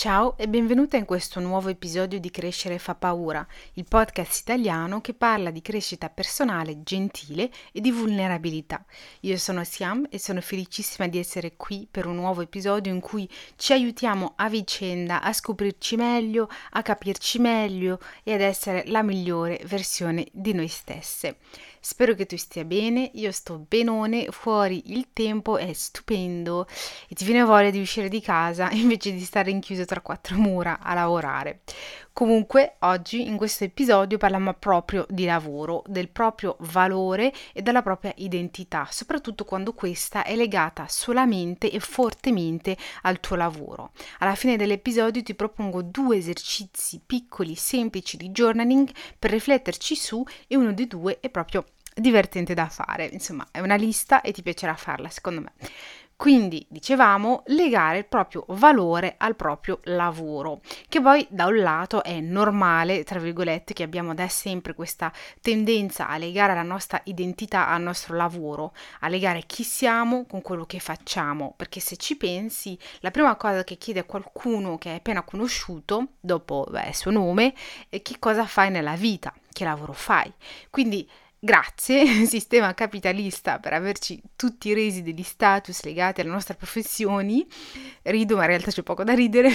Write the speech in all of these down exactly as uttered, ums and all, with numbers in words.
Ciao e benvenuta in questo nuovo episodio di Crescere fa paura, il podcast italiano che parla di crescita personale, gentile e di vulnerabilità. Io sono Siam e sono felicissima di essere qui per un nuovo episodio in cui ci aiutiamo a vicenda a scoprirci meglio, a capirci meglio e ad essere la migliore versione di noi stesse. Spero che tu stia bene, io sto benone, fuori il tempo è stupendo e ti viene voglia di uscire di casa invece di stare rinchiuso tra quattro mura a lavorare. Comunque, oggi in questo episodio parliamo proprio di lavoro, del proprio valore e della propria identità, soprattutto quando questa è legata solamente e fortemente al tuo lavoro. Alla fine dell'episodio ti propongo due esercizi piccoli, semplici di journaling per rifletterci su e uno dei due è proprio divertente da fare. Insomma, è una lista e ti piacerà farla, secondo me. Quindi, dicevamo, legare il proprio valore al proprio lavoro, che poi da un lato è normale, tra virgolette, che abbiamo da sempre questa tendenza a legare la nostra identità al nostro lavoro, a legare chi siamo con quello che facciamo, perché se ci pensi, la prima cosa che chiede a qualcuno che è appena conosciuto, dopo beh, il suo nome, è che cosa fai nella vita, che lavoro fai. Quindi grazie, sistema capitalista, per averci tutti resi degli status legati alle nostre professioni. Rido, ma in realtà c'è poco da ridere.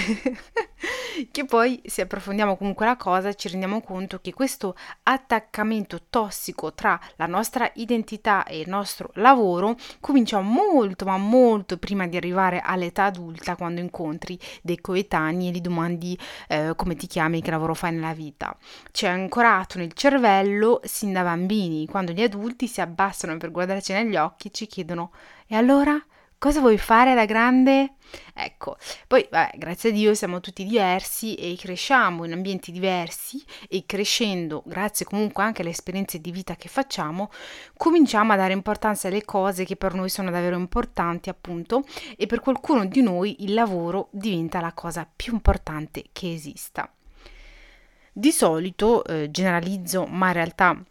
Che poi, se approfondiamo comunque la cosa, ci rendiamo conto che questo attaccamento tossico tra la nostra identità e il nostro lavoro comincia molto, ma molto prima di arrivare all'età adulta, quando incontri dei coetanei e gli domandi eh, come ti chiami, che lavoro fai nella vita. C'è ancorato nel cervello sin da bambini, quando gli adulti si abbassano per guardarci negli occhi e ci chiedono: e allora? Cosa vuoi fare da grande? Ecco, poi vabbè, grazie a Dio siamo tutti diversi e cresciamo in ambienti diversi e crescendo, grazie comunque anche alle esperienze di vita che facciamo, cominciamo a dare importanza alle cose che per noi sono davvero importanti, appunto, e per qualcuno di noi il lavoro diventa la cosa più importante che esista. Di solito, eh, generalizzo, ma in realtà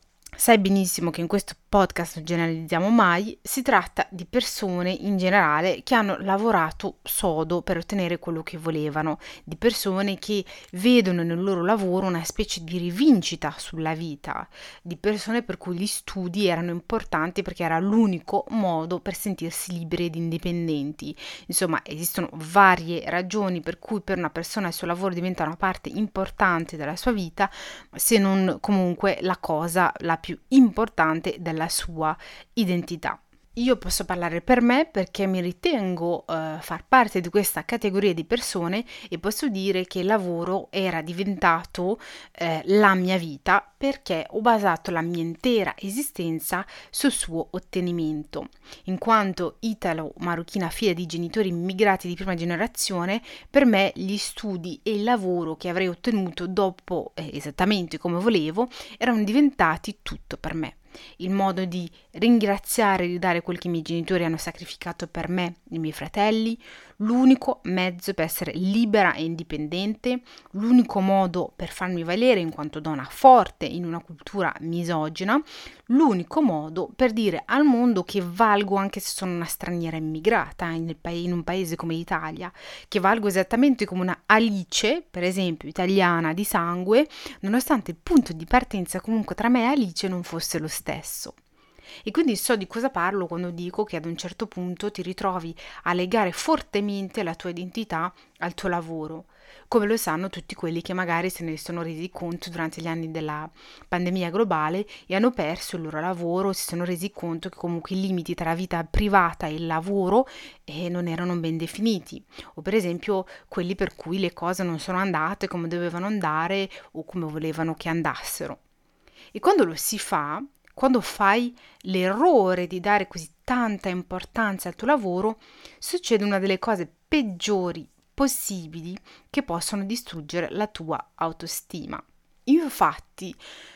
sai benissimo che in questo podcast non generalizziamo mai, si tratta di persone in generale che hanno lavorato sodo per ottenere quello che volevano, di persone che vedono nel loro lavoro una specie di rivincita sulla vita, di persone per cui gli studi erano importanti perché era l'unico modo per sentirsi liberi ed indipendenti. Insomma, esistono varie ragioni per cui per una persona il suo lavoro diventa una parte importante della sua vita, se non comunque la cosa la più importante della la sua identità. Io posso parlare per me perché mi ritengo uh, far parte di questa categoria di persone e posso dire che il lavoro era diventato uh, la mia vita perché ho basato la mia intera esistenza sul suo ottenimento. In quanto italo-marocchina figlia di genitori immigrati di prima generazione, per me gli studi e il lavoro che avrei ottenuto dopo eh, esattamente come volevo erano diventati tutto per me. Il modo di ringraziare e di dare quel che i miei genitori hanno sacrificato per me e i miei fratelli, l'unico mezzo per essere libera e indipendente, l'unico modo per farmi valere in quanto donna forte in una cultura misogina, l'unico modo per dire al mondo che valgo anche se sono una straniera immigrata in, pa- in un paese come l'Italia, che valgo esattamente come una Alice, per esempio italiana di sangue, nonostante il punto di partenza comunque tra me e Alice non fosse lo stesso. E quindi so di cosa parlo quando dico che ad un certo punto ti ritrovi a legare fortemente la tua identità al tuo lavoro, come lo sanno tutti quelli che magari se ne sono resi conto durante gli anni della pandemia globale e hanno perso il loro lavoro, si sono resi conto che comunque i limiti tra la vita privata e il lavoro eh, non erano ben definiti, o per esempio quelli per cui le cose non sono andate come dovevano andare o come volevano che andassero. E quando lo si fa, quando fai l'errore di dare così tanta importanza al tuo lavoro, succede una delle cose peggiori possibili che possono distruggere la tua autostima. Infatti,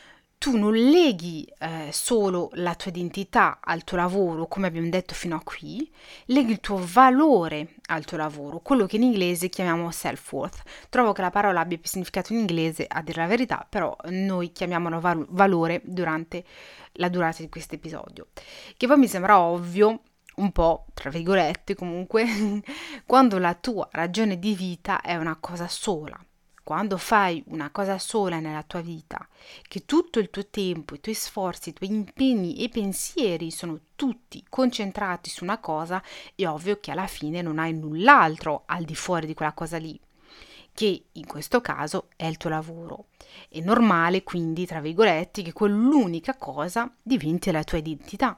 tu non leghi eh, solo la tua identità al tuo lavoro, come abbiamo detto fino a qui, leghi il tuo valore al tuo lavoro, quello che in inglese chiamiamo self-worth. Trovo che la parola abbia più significato in inglese, a dire la verità, però noi chiamiamolo val- valore durante la durata di questo episodio. Che poi mi sembra ovvio, un po', tra virgolette comunque, quando la tua ragione di vita è una cosa sola. Quando fai una cosa sola nella tua vita, che tutto il tuo tempo, i tuoi sforzi, i tuoi impegni e pensieri sono tutti concentrati su una cosa, è ovvio che alla fine non hai null'altro al di fuori di quella cosa lì, che in questo caso è il tuo lavoro. È normale quindi, tra virgolette, che quell'unica cosa diventi la tua identità.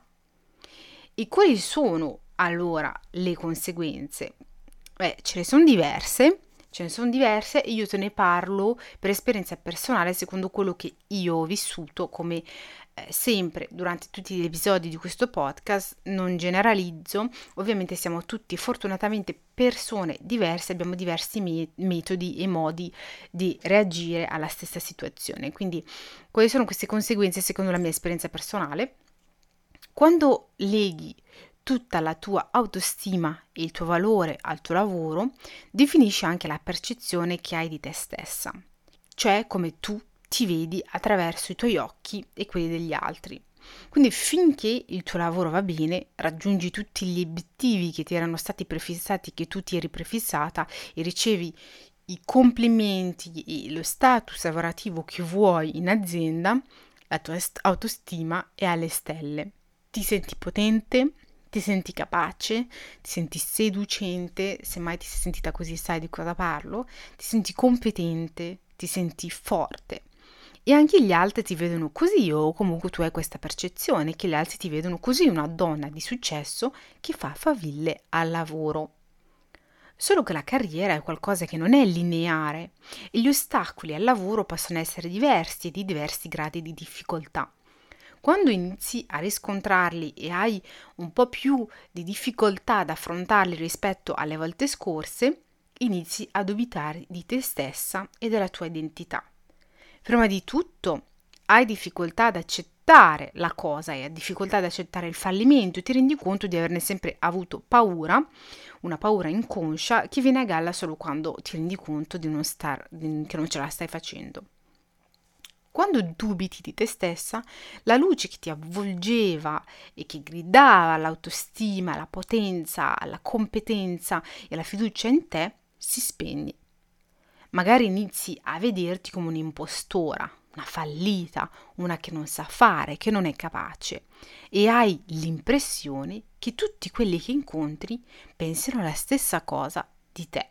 E quali sono allora le conseguenze? Beh, ce ne sono diverse. Ce ne sono diverse e io te ne parlo per esperienza personale secondo quello che io ho vissuto, come eh, sempre durante tutti gli episodi di questo podcast. Non generalizzo, ovviamente siamo tutti fortunatamente persone diverse, abbiamo diversi me- metodi e modi di reagire alla stessa situazione. Quindi quali sono queste conseguenze secondo la mia esperienza personale? Quando leghi tutta la tua autostima e il tuo valore al tuo lavoro, definisci anche la percezione che hai di te stessa, cioè come tu ti vedi attraverso i tuoi occhi e quelli degli altri. Quindi finché il tuo lavoro va bene, raggiungi tutti gli obiettivi che ti erano stati prefissati, che tu ti eri prefissata e ricevi i complimenti e lo status lavorativo che vuoi in azienda, la tua autostima è alle stelle. Ti senti potente, ti senti capace, ti senti seducente, se mai ti sei sentita così sai di cosa parlo, ti senti competente, ti senti forte. E anche gli altri ti vedono così, o comunque tu hai questa percezione che gli altri ti vedono così, una donna di successo che fa faville al lavoro. Solo che la carriera è qualcosa che non è lineare e gli ostacoli al lavoro possono essere diversi e di diversi gradi di difficoltà. Quando inizi a riscontrarli e hai un po' più di difficoltà ad affrontarli rispetto alle volte scorse, inizi a dubitare di te stessa e della tua identità. Prima di tutto, hai difficoltà ad accettare la cosa e hai difficoltà ad accettare il fallimento e ti rendi conto di averne sempre avuto paura, una paura inconscia che viene a galla solo quando ti rendi conto di non star, di, che non ce la stai facendo. Quando dubiti di te stessa, la luce che ti avvolgeva e che gridava l'autostima, la potenza, la competenza e la fiducia in te si spegne. Magari inizi a vederti come un'impostora, una fallita, una che non sa fare, che non è capace e hai l'impressione che tutti quelli che incontri pensino la stessa cosa di te.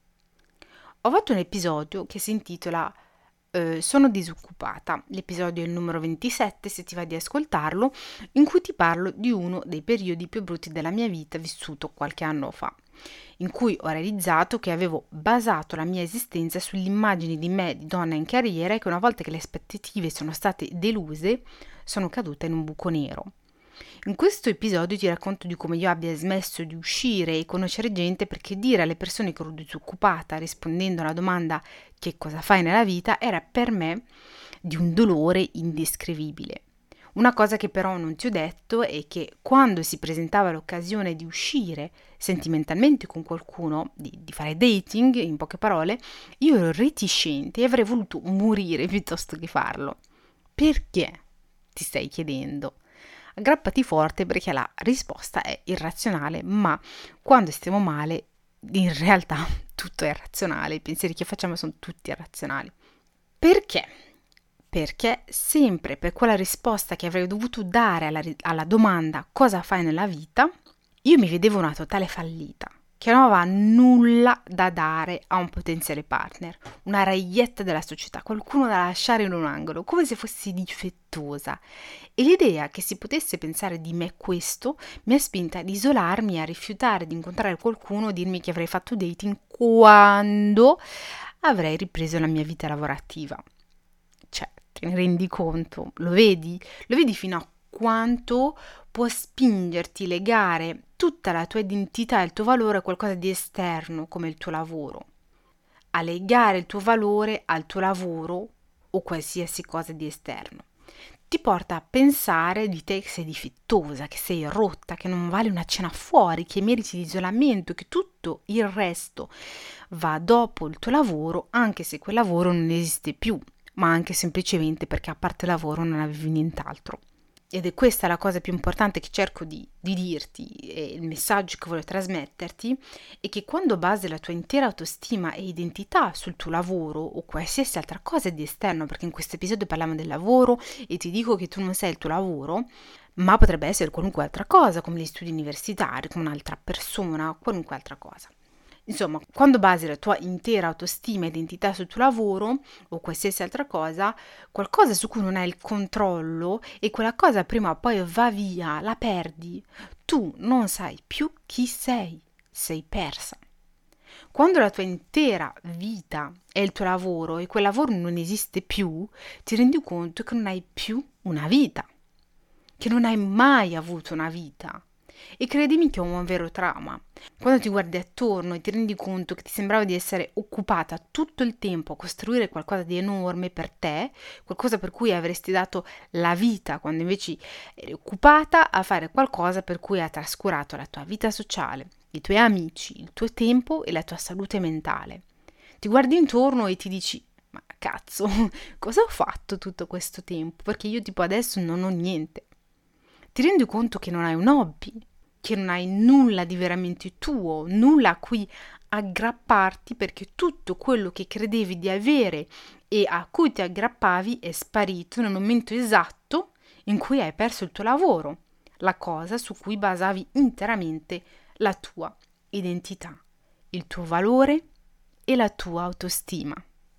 Ho fatto un episodio che si intitola Uh, sono disoccupata, l'episodio è il numero ventisette se ti va di ascoltarlo, in cui ti parlo di uno dei periodi più brutti della mia vita vissuto qualche anno fa, in cui ho realizzato che avevo basato la mia esistenza sull'immagine di me di donna in carriera e che una volta che le aspettative sono state deluse sono caduta in un buco nero. In questo episodio ti racconto di come io abbia smesso di uscire e conoscere gente, perché dire alle persone che ero disoccupata rispondendo alla domanda che cosa fai nella vita era per me di un dolore indescrivibile. Una cosa che però non ti ho detto è che quando si presentava l'occasione di uscire sentimentalmente con qualcuno, di, di fare dating, in poche parole, io ero reticente e avrei voluto morire piuttosto che farlo. Perché? Ti stai chiedendo. Aggrappati forte perché la risposta è irrazionale, ma quando stiamo male in realtà tutto è razionale, i pensieri che facciamo sono tutti irrazionali. Perché? Perché sempre per quella risposta che avrei dovuto dare alla, alla domanda cosa fai nella vita, io mi vedevo una totale fallita, che non aveva nulla da dare a un potenziale partner, una reietta della società, qualcuno da lasciare in un angolo, come se fossi difettosa. E l'idea che si potesse pensare di me questo mi ha spinta ad isolarmi e a rifiutare di incontrare qualcuno e dirmi che avrei fatto dating quando avrei ripreso la mia vita lavorativa. Cioè, te ne rendi conto? Lo vedi? Lo vedi fino a quanto può spingerti legare tutta la tua identità e il tuo valore a qualcosa di esterno come il tuo lavoro, a legare il tuo valore al tuo lavoro o qualsiasi cosa di esterno. Ti porta a pensare di te che sei difettosa, che sei rotta, che non vale una cena fuori, che meriti di isolamento, che tutto il resto va dopo il tuo lavoro, anche se quel lavoro non esiste più, ma anche semplicemente perché a parte lavoro non avevi nient'altro. ed è questa la cosa più importante che cerco di, di dirti, e il messaggio che voglio trasmetterti, è che quando basi la tua intera autostima e identità sul tuo lavoro o qualsiasi altra cosa di esterno, perché in questo episodio parliamo del lavoro e ti dico che tu non sei il tuo lavoro, ma potrebbe essere qualunque altra cosa, come gli studi universitari, come un'altra persona, qualunque altra cosa. Insomma, quando basi la tua intera autostima e identità sul tuo lavoro o qualsiasi altra cosa, qualcosa su cui non hai il controllo e quella cosa prima o poi va via, la perdi, tu non sai più chi sei, sei persa. Quando la tua intera vita è il tuo lavoro e quel lavoro non esiste più, ti rendi conto che non hai più una vita, che non hai mai avuto una vita. E credimi che è un vero trauma. Quando ti guardi attorno e ti rendi conto che ti sembrava di essere occupata tutto il tempo a costruire qualcosa di enorme per te, qualcosa per cui avresti dato la vita, quando invece eri occupata a fare qualcosa per cui hai trascurato la tua vita sociale, i tuoi amici, il tuo tempo e la tua salute mentale. Ti guardi intorno e ti dici: ma cazzo, cosa ho fatto tutto questo tempo? Perché io tipo adesso non ho niente. Ti rendi conto che non hai un hobby, che non hai nulla di veramente tuo, nulla a cui aggrapparti, perché tutto quello che credevi di avere e a cui ti aggrappavi è sparito nel momento esatto in cui hai perso il tuo lavoro, la cosa su cui basavi interamente la tua identità, il tuo valore e la tua autostima.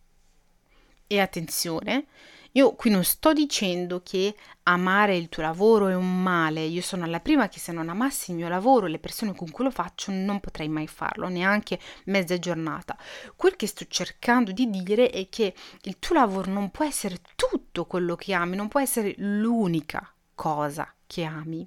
E attenzione, io qui non sto dicendo che amare il tuo lavoro è un male, io sono la prima che se non amassi il mio lavoro e le persone con cui lo faccio non potrei mai farlo, neanche mezza giornata. Quel che sto cercando di dire è che il tuo lavoro non può essere tutto quello che ami, non può essere l'unica cosa che ami.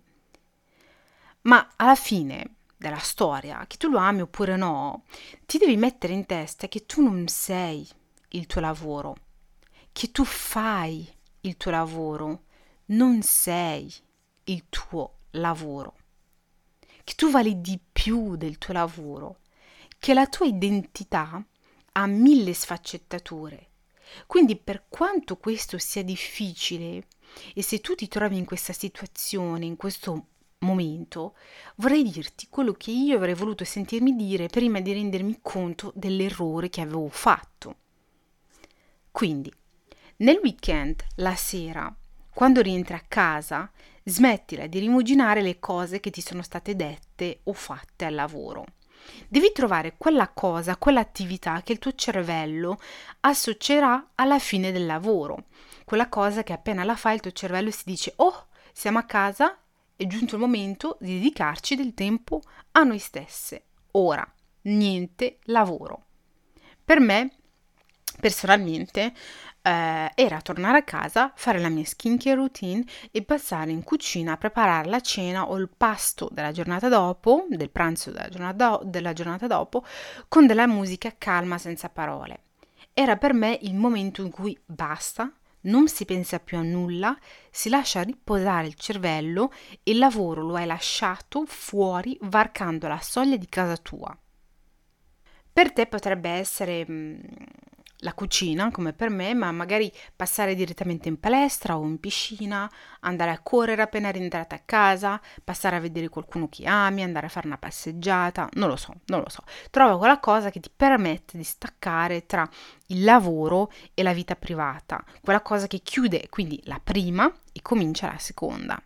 Ma alla fine della storia, che tu lo ami oppure no, ti devi mettere in testa che tu non sei il tuo lavoro, che tu fai il tuo lavoro, non sei il tuo lavoro, che tu vali di più del tuo lavoro, che la tua identità ha mille sfaccettature. Quindi per quanto questo sia difficile e se tu ti trovi in questa situazione, in questo momento, vorrei dirti quello che io avrei voluto sentirmi dire prima di rendermi conto dell'errore che avevo fatto. Quindi, nel weekend, la sera, quando rientri a casa, smettila di rimuginare le cose che ti sono state dette o fatte al lavoro. Devi trovare quella cosa, quell'attività che il tuo cervello associerà alla fine del lavoro. Quella cosa che appena la fai il tuo cervello si dice: oh, siamo a casa, è giunto il momento di dedicarci del tempo a noi stesse. Ora, niente lavoro. Per me, personalmente, eh, era tornare a casa, fare la mia skincare routine e passare in cucina a preparare la cena o il pasto della giornata dopo, del pranzo della giornata, do- della giornata dopo, con della musica calma senza parole. Era per me il momento in cui basta, non si pensa più a nulla, si lascia riposare il cervello e il lavoro lo hai lasciato fuori varcando la soglia di casa tua. Per te potrebbe essere mh, la cucina, come per me, ma magari passare direttamente in palestra o in piscina, andare a correre appena rientrata a casa, passare a vedere qualcuno che ami, andare a fare una passeggiata, non lo so, non lo so. Trova quella cosa che ti permette di staccare tra il lavoro e la vita privata, quella cosa che chiude quindi la prima e comincia la seconda.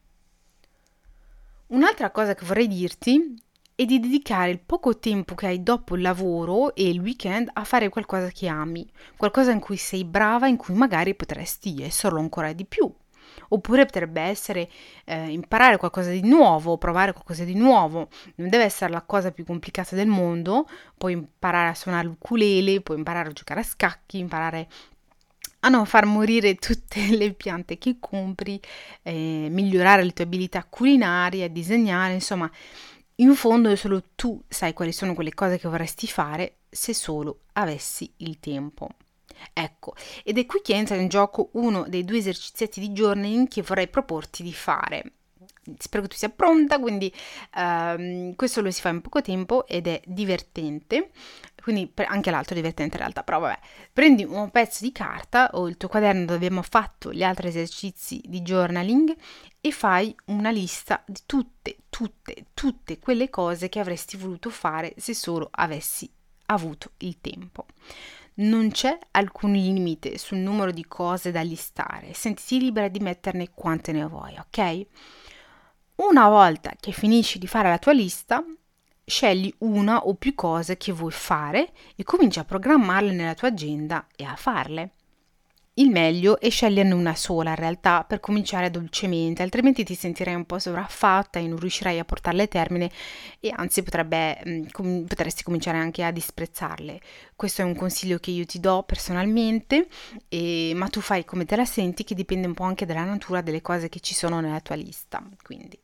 Un'altra cosa che vorrei dirti e di dedicare il poco tempo che hai dopo il lavoro e il weekend a fare qualcosa che ami, qualcosa in cui sei brava, in cui magari potresti esserlo ancora di più. Oppure potrebbe essere eh, imparare qualcosa di nuovo, provare qualcosa di nuovo. Non deve essere la cosa più complicata del mondo. Puoi imparare a suonare l'ukulele, puoi imparare a giocare a scacchi, imparare a non far morire tutte le piante che compri, eh, migliorare le tue abilità culinarie, a disegnare, insomma. In fondo solo tu sai quali sono quelle cose che vorresti fare se solo avessi il tempo. Ecco, ed è qui che entra in gioco uno dei due esercizi di journaling che vorrei proporti di fare. spero che tu sia pronta, quindi ehm, questo lo si fa in poco tempo ed è divertente, quindi per, anche l'altro è divertente in realtà, però vabbè, prendi un pezzo di carta o il tuo quaderno dove abbiamo fatto gli altri esercizi di journaling e fai una lista di tutte, tutte, tutte quelle cose che avresti voluto fare se solo avessi avuto il tempo. Non c'è alcun limite sul numero di cose da listare, sentiti libera di metterne quante ne vuoi, ok? Una volta che finisci di fare la tua lista, scegli una o più cose che vuoi fare e cominci a programmarle nella tua agenda e a farle. Il meglio è sceglierne una sola in realtà per cominciare dolcemente, altrimenti ti sentirai un po' sopraffatta e non riuscirai a portarle a termine e anzi potrebbe, com- potresti cominciare anche a disprezzarle. Questo è un consiglio che io ti do personalmente, e, ma tu fai come te la senti, che dipende un po' anche dalla natura delle cose che ci sono nella tua lista. Quindi.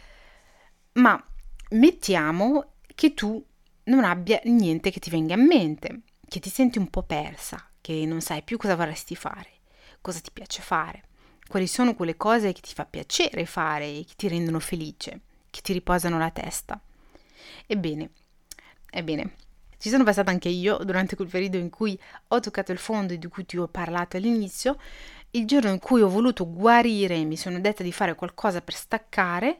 Ma mettiamo che tu non abbia niente che ti venga in mente, che ti senti un po' persa, che non sai più cosa vorresti fare, cosa ti piace fare, quali sono quelle cose che ti fa piacere fare e che ti rendono felice, che ti riposano la testa. Ebbene, ebbene, ci sono passata anche io durante quel periodo in cui ho toccato il fondo di cui ti ho parlato all'inizio, il giorno in cui ho voluto guarire e mi sono detta di fare qualcosa per staccare.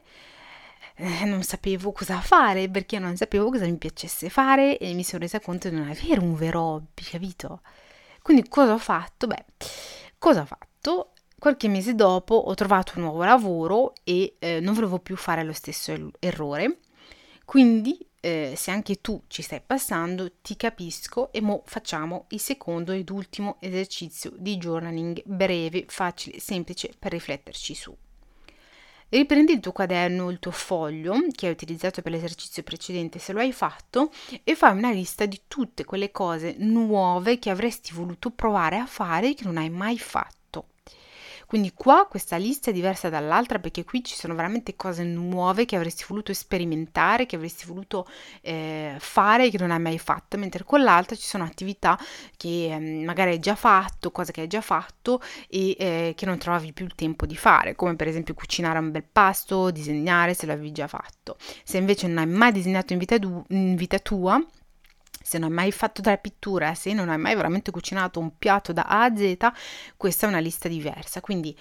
Eh, non sapevo cosa fare, perché non sapevo cosa mi piacesse fare e mi sono resa conto di non avere un vero hobby, capito? Quindi cosa ho fatto? Beh, cosa ho fatto? Qualche mese dopo ho trovato un nuovo lavoro e eh, non volevo più fare lo stesso er- errore. Quindi, eh, se anche tu ci stai passando, ti capisco e mo facciamo il secondo ed ultimo esercizio di journaling breve, facile, semplice per rifletterci su. Riprendi il tuo quaderno o il tuo foglio che hai utilizzato per l'esercizio precedente, se lo hai fatto, e fai una lista di tutte quelle cose nuove che avresti voluto provare a fare e che non hai mai fatto. Quindi qua questa lista è diversa dall'altra, perché qui ci sono veramente cose nuove che avresti voluto sperimentare, che avresti voluto eh, fare e che non hai mai fatto, mentre con l'altra ci sono attività che eh, magari hai già fatto, cose che hai già fatto e eh, che non trovavi più il tempo di fare, come per esempio cucinare un bel pasto, disegnare se l'avevi già fatto. Se invece non hai mai disegnato in vita, du- in vita tua, se non hai mai fatto della pittura, se non hai mai veramente cucinato un piatto da A a Z, questa è una lista diversa. Quindi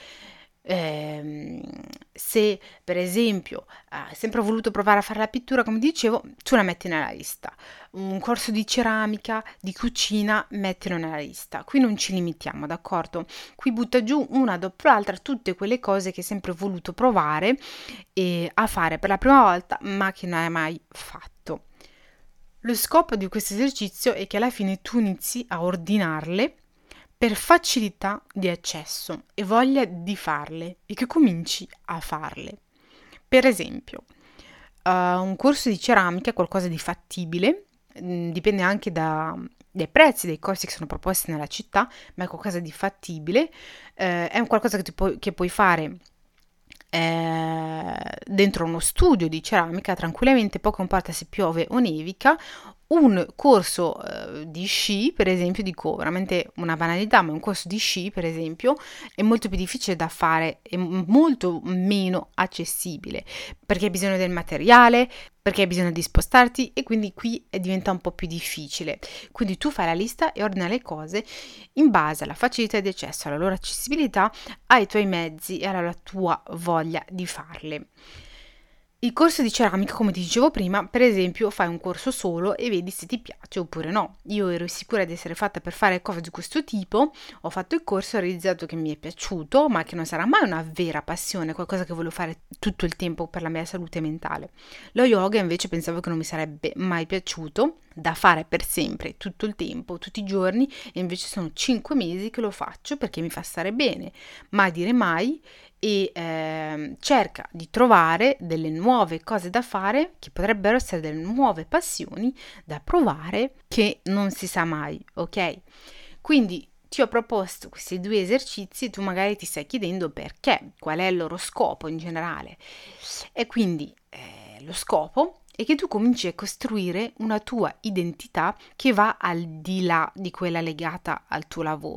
ehm, se per esempio hai sempre voluto provare a fare la pittura, come dicevo, tu la metti nella lista. Un corso di ceramica, di cucina, mettilo nella lista. Qui non ci limitiamo, d'accordo? Qui butta giù una dopo l'altra tutte quelle cose che hai sempre voluto provare e a fare per la prima volta, ma che non hai mai fatto. Lo scopo di questo esercizio è che alla fine tu inizi a ordinarle per facilità di accesso e voglia di farle e che cominci a farle. Per esempio, uh, un corso di ceramica è qualcosa di fattibile, mh, dipende anche da, dai prezzi dei corsi che sono proposti nella città, ma è qualcosa di fattibile, eh, è un qualcosa che, tu puoi, che puoi fare eh, dentro uno studio di ceramica tranquillamente, poco importa se piove o nevica. Un corso eh, di sci, per esempio, dico veramente una banalità, ma un corso di sci, per esempio, è molto più difficile da fare, è molto meno accessibile, perché hai bisogno del materiale, perché hai bisogno di spostarti e quindi qui diventa un po' più difficile. Quindi tu fai la lista e ordina le cose in base alla facilità di accesso, alla loro accessibilità, ai tuoi mezzi e alla tua voglia di farle. Il corso di ceramica, come ti dicevo prima, per esempio fai un corso solo e vedi se ti piace oppure no. Io ero sicura di essere fatta per fare cose di questo tipo, ho fatto il corso e ho realizzato che mi è piaciuto, ma che non sarà mai una vera passione, qualcosa che voglio fare tutto il tempo per la mia salute mentale. Lo yoga invece pensavo che non mi sarebbe mai piaciuto, da fare per sempre, tutto il tempo, tutti i giorni, e invece sono cinque mesi che lo faccio perché mi fa stare bene, mai dire mai, e eh, cerca di trovare delle nuove cose da fare che potrebbero essere delle nuove passioni da provare, che non si sa mai, ok? Quindi ti ho proposto questi due esercizi e tu magari ti stai chiedendo perché, qual è il loro scopo in generale. E quindi eh, lo scopo è che tu cominci a costruire una tua identità che va al di là di quella legata al tuo lavoro.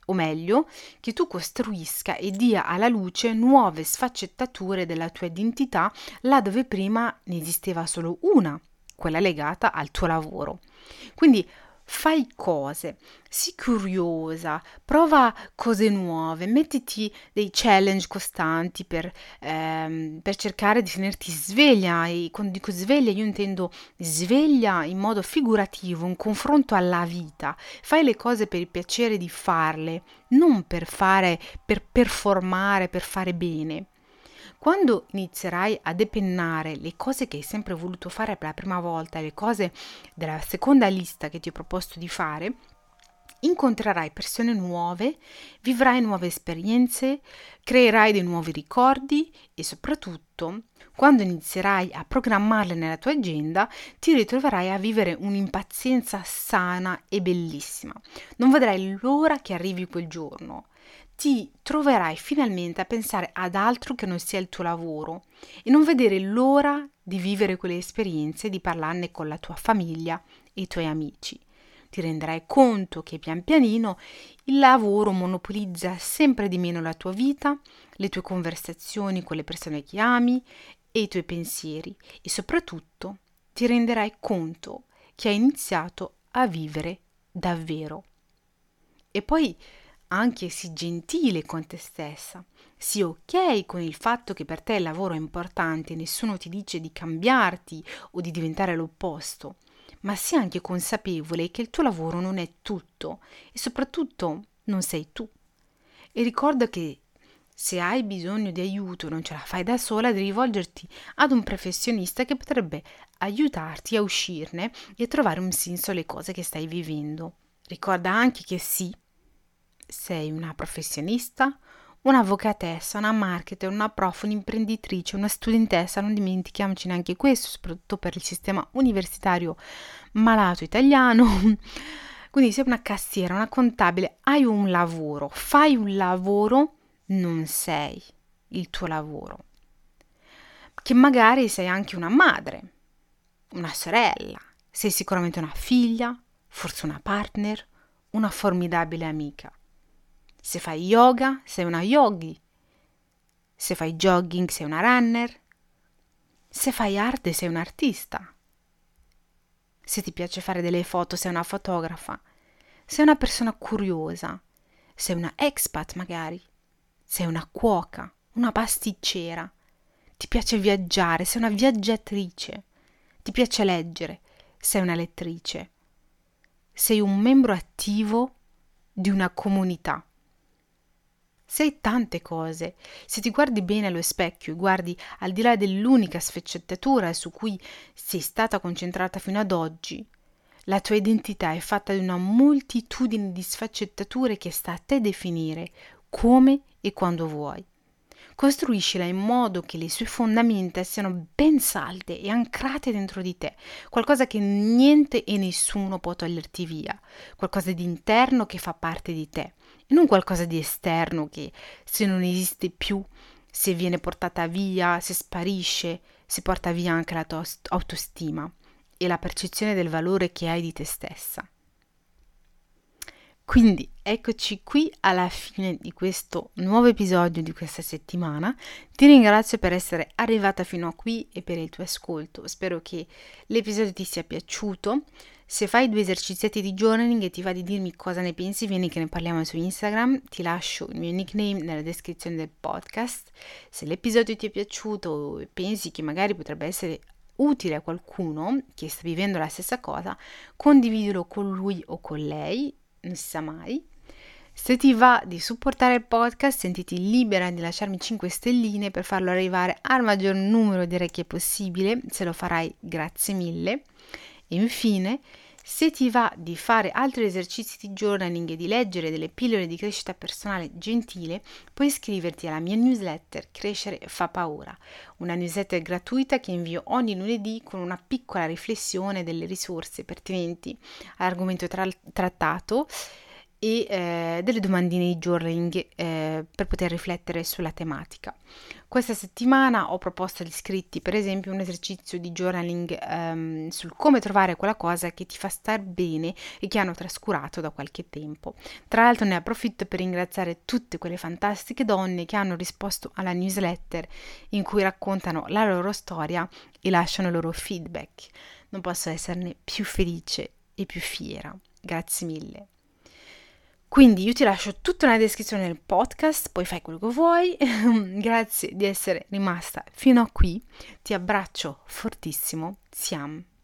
o meglio, che tu costruisca e dia alla luce nuove sfaccettature della tua identità là dove prima ne esisteva solo una, quella legata al tuo lavoro. Quindi fai cose, sii curiosa, prova cose nuove, mettiti dei challenge costanti per, ehm, per cercare di tenerti sveglia. E quando dico sveglia io intendo sveglia in modo figurativo, un confronto alla vita. Fai le cose per il piacere di farle, non per fare, per performare, per fare bene. Quando inizierai a depennare le cose che hai sempre voluto fare per la prima volta, le cose della seconda lista che ti ho proposto di fare, incontrerai persone nuove, vivrai nuove esperienze, creerai dei nuovi ricordi e soprattutto, quando inizierai a programmarle nella tua agenda, ti ritroverai a vivere un'impazienza sana e bellissima. Non vedrai l'ora che arrivi quel giorno. Ti troverai finalmente a pensare ad altro che non sia il tuo lavoro e non vedere l'ora di vivere quelle esperienze, di parlarne con la tua famiglia e i tuoi amici. Ti renderai conto che pian pianino il lavoro monopolizza sempre di meno la tua vita, le tue conversazioni con le persone che ami e i tuoi pensieri e soprattutto ti renderai conto che hai iniziato a vivere davvero. E poi anche sii gentile con te stessa, sii ok con il fatto che per te il lavoro è importante, nessuno ti dice di cambiarti o di diventare l'opposto, ma sii anche consapevole che il tuo lavoro non è tutto e soprattutto non sei tu. E ricorda che se hai bisogno di aiuto e non ce la fai da sola, devi rivolgerti ad un professionista che potrebbe aiutarti a uscirne e a trovare un senso alle cose che stai vivendo. Ricorda anche che sì, sei una professionista, un'avvocatessa, una marketer, una prof, un'imprenditrice, una studentessa, non dimentichiamoci neanche questo, soprattutto per il sistema universitario malato italiano. Quindi sei una cassiera, una contabile, hai un lavoro, fai un lavoro, non sei il tuo lavoro. Che magari sei anche una madre, una sorella, sei sicuramente una figlia, forse una partner, una formidabile amica. Se fai yoga, sei una yogi. Se fai jogging, sei una runner. Se fai arte, sei un artista. Se ti piace fare delle foto, sei una fotografa. Sei una persona curiosa. Sei una expat magari. Sei una cuoca, una pasticcera. Ti piace viaggiare, sei una viaggiatrice. Ti piace leggere, sei una lettrice. Sei un membro attivo di una comunità. Sei tante cose. Se ti guardi bene allo specchio e guardi al di là dell'unica sfaccettatura su cui sei stata concentrata fino ad oggi, la tua identità è fatta di una moltitudine di sfaccettature che sta a te definire come e quando vuoi. Costruiscila in modo che le sue fondamenta siano ben salde e ancrate dentro di te, qualcosa che niente e nessuno può toglierti via, qualcosa di interno che fa parte di te, e non qualcosa di esterno che se non esiste più, se viene portata via, se sparisce, si porta via anche la tua autostima e la percezione del valore che hai di te stessa. Quindi eccoci qui alla fine di questo nuovo episodio di questa settimana. Ti ringrazio per essere arrivata fino a qui e per il tuo ascolto. Spero che l'episodio ti sia piaciuto. Se fai due esercizietti di journaling e ti va di dirmi cosa ne pensi, vieni che ne parliamo su Instagram. Ti lascio il mio nickname nella descrizione del podcast. Se l'episodio ti è piaciuto e pensi che magari potrebbe essere utile a qualcuno che sta vivendo la stessa cosa, condividilo con lui o con lei. Non si sa mai. Se ti va di supportare il podcast, sentiti libera di lasciarmi cinque stelline per farlo arrivare al maggior numero di orecchie possibile. Se lo farai, grazie mille. E infine, se ti va di fare altri esercizi di journaling e di leggere delle pillole di crescita personale gentile, puoi iscriverti alla mia newsletter Crescere fa paura, una newsletter gratuita che invio ogni lunedì con una piccola riflessione delle risorse pertinenti all'argomento tra- trattato e eh, delle domandine di journaling eh, per poter riflettere sulla tematica. Questa settimana ho proposto agli iscritti, per esempio, un esercizio di journaling ehm, sul come trovare quella cosa che ti fa star bene e che hanno trascurato da qualche tempo. Tra l'altro ne approfitto per ringraziare tutte quelle fantastiche donne che hanno risposto alla newsletter in cui raccontano la loro storia e lasciano il loro feedback. Non posso esserne più felice e più fiera. Grazie mille. Quindi io ti lascio tutta nella descrizione del podcast, poi fai quello che vuoi. Grazie di essere rimasta fino a qui. Ti abbraccio fortissimo. Siam.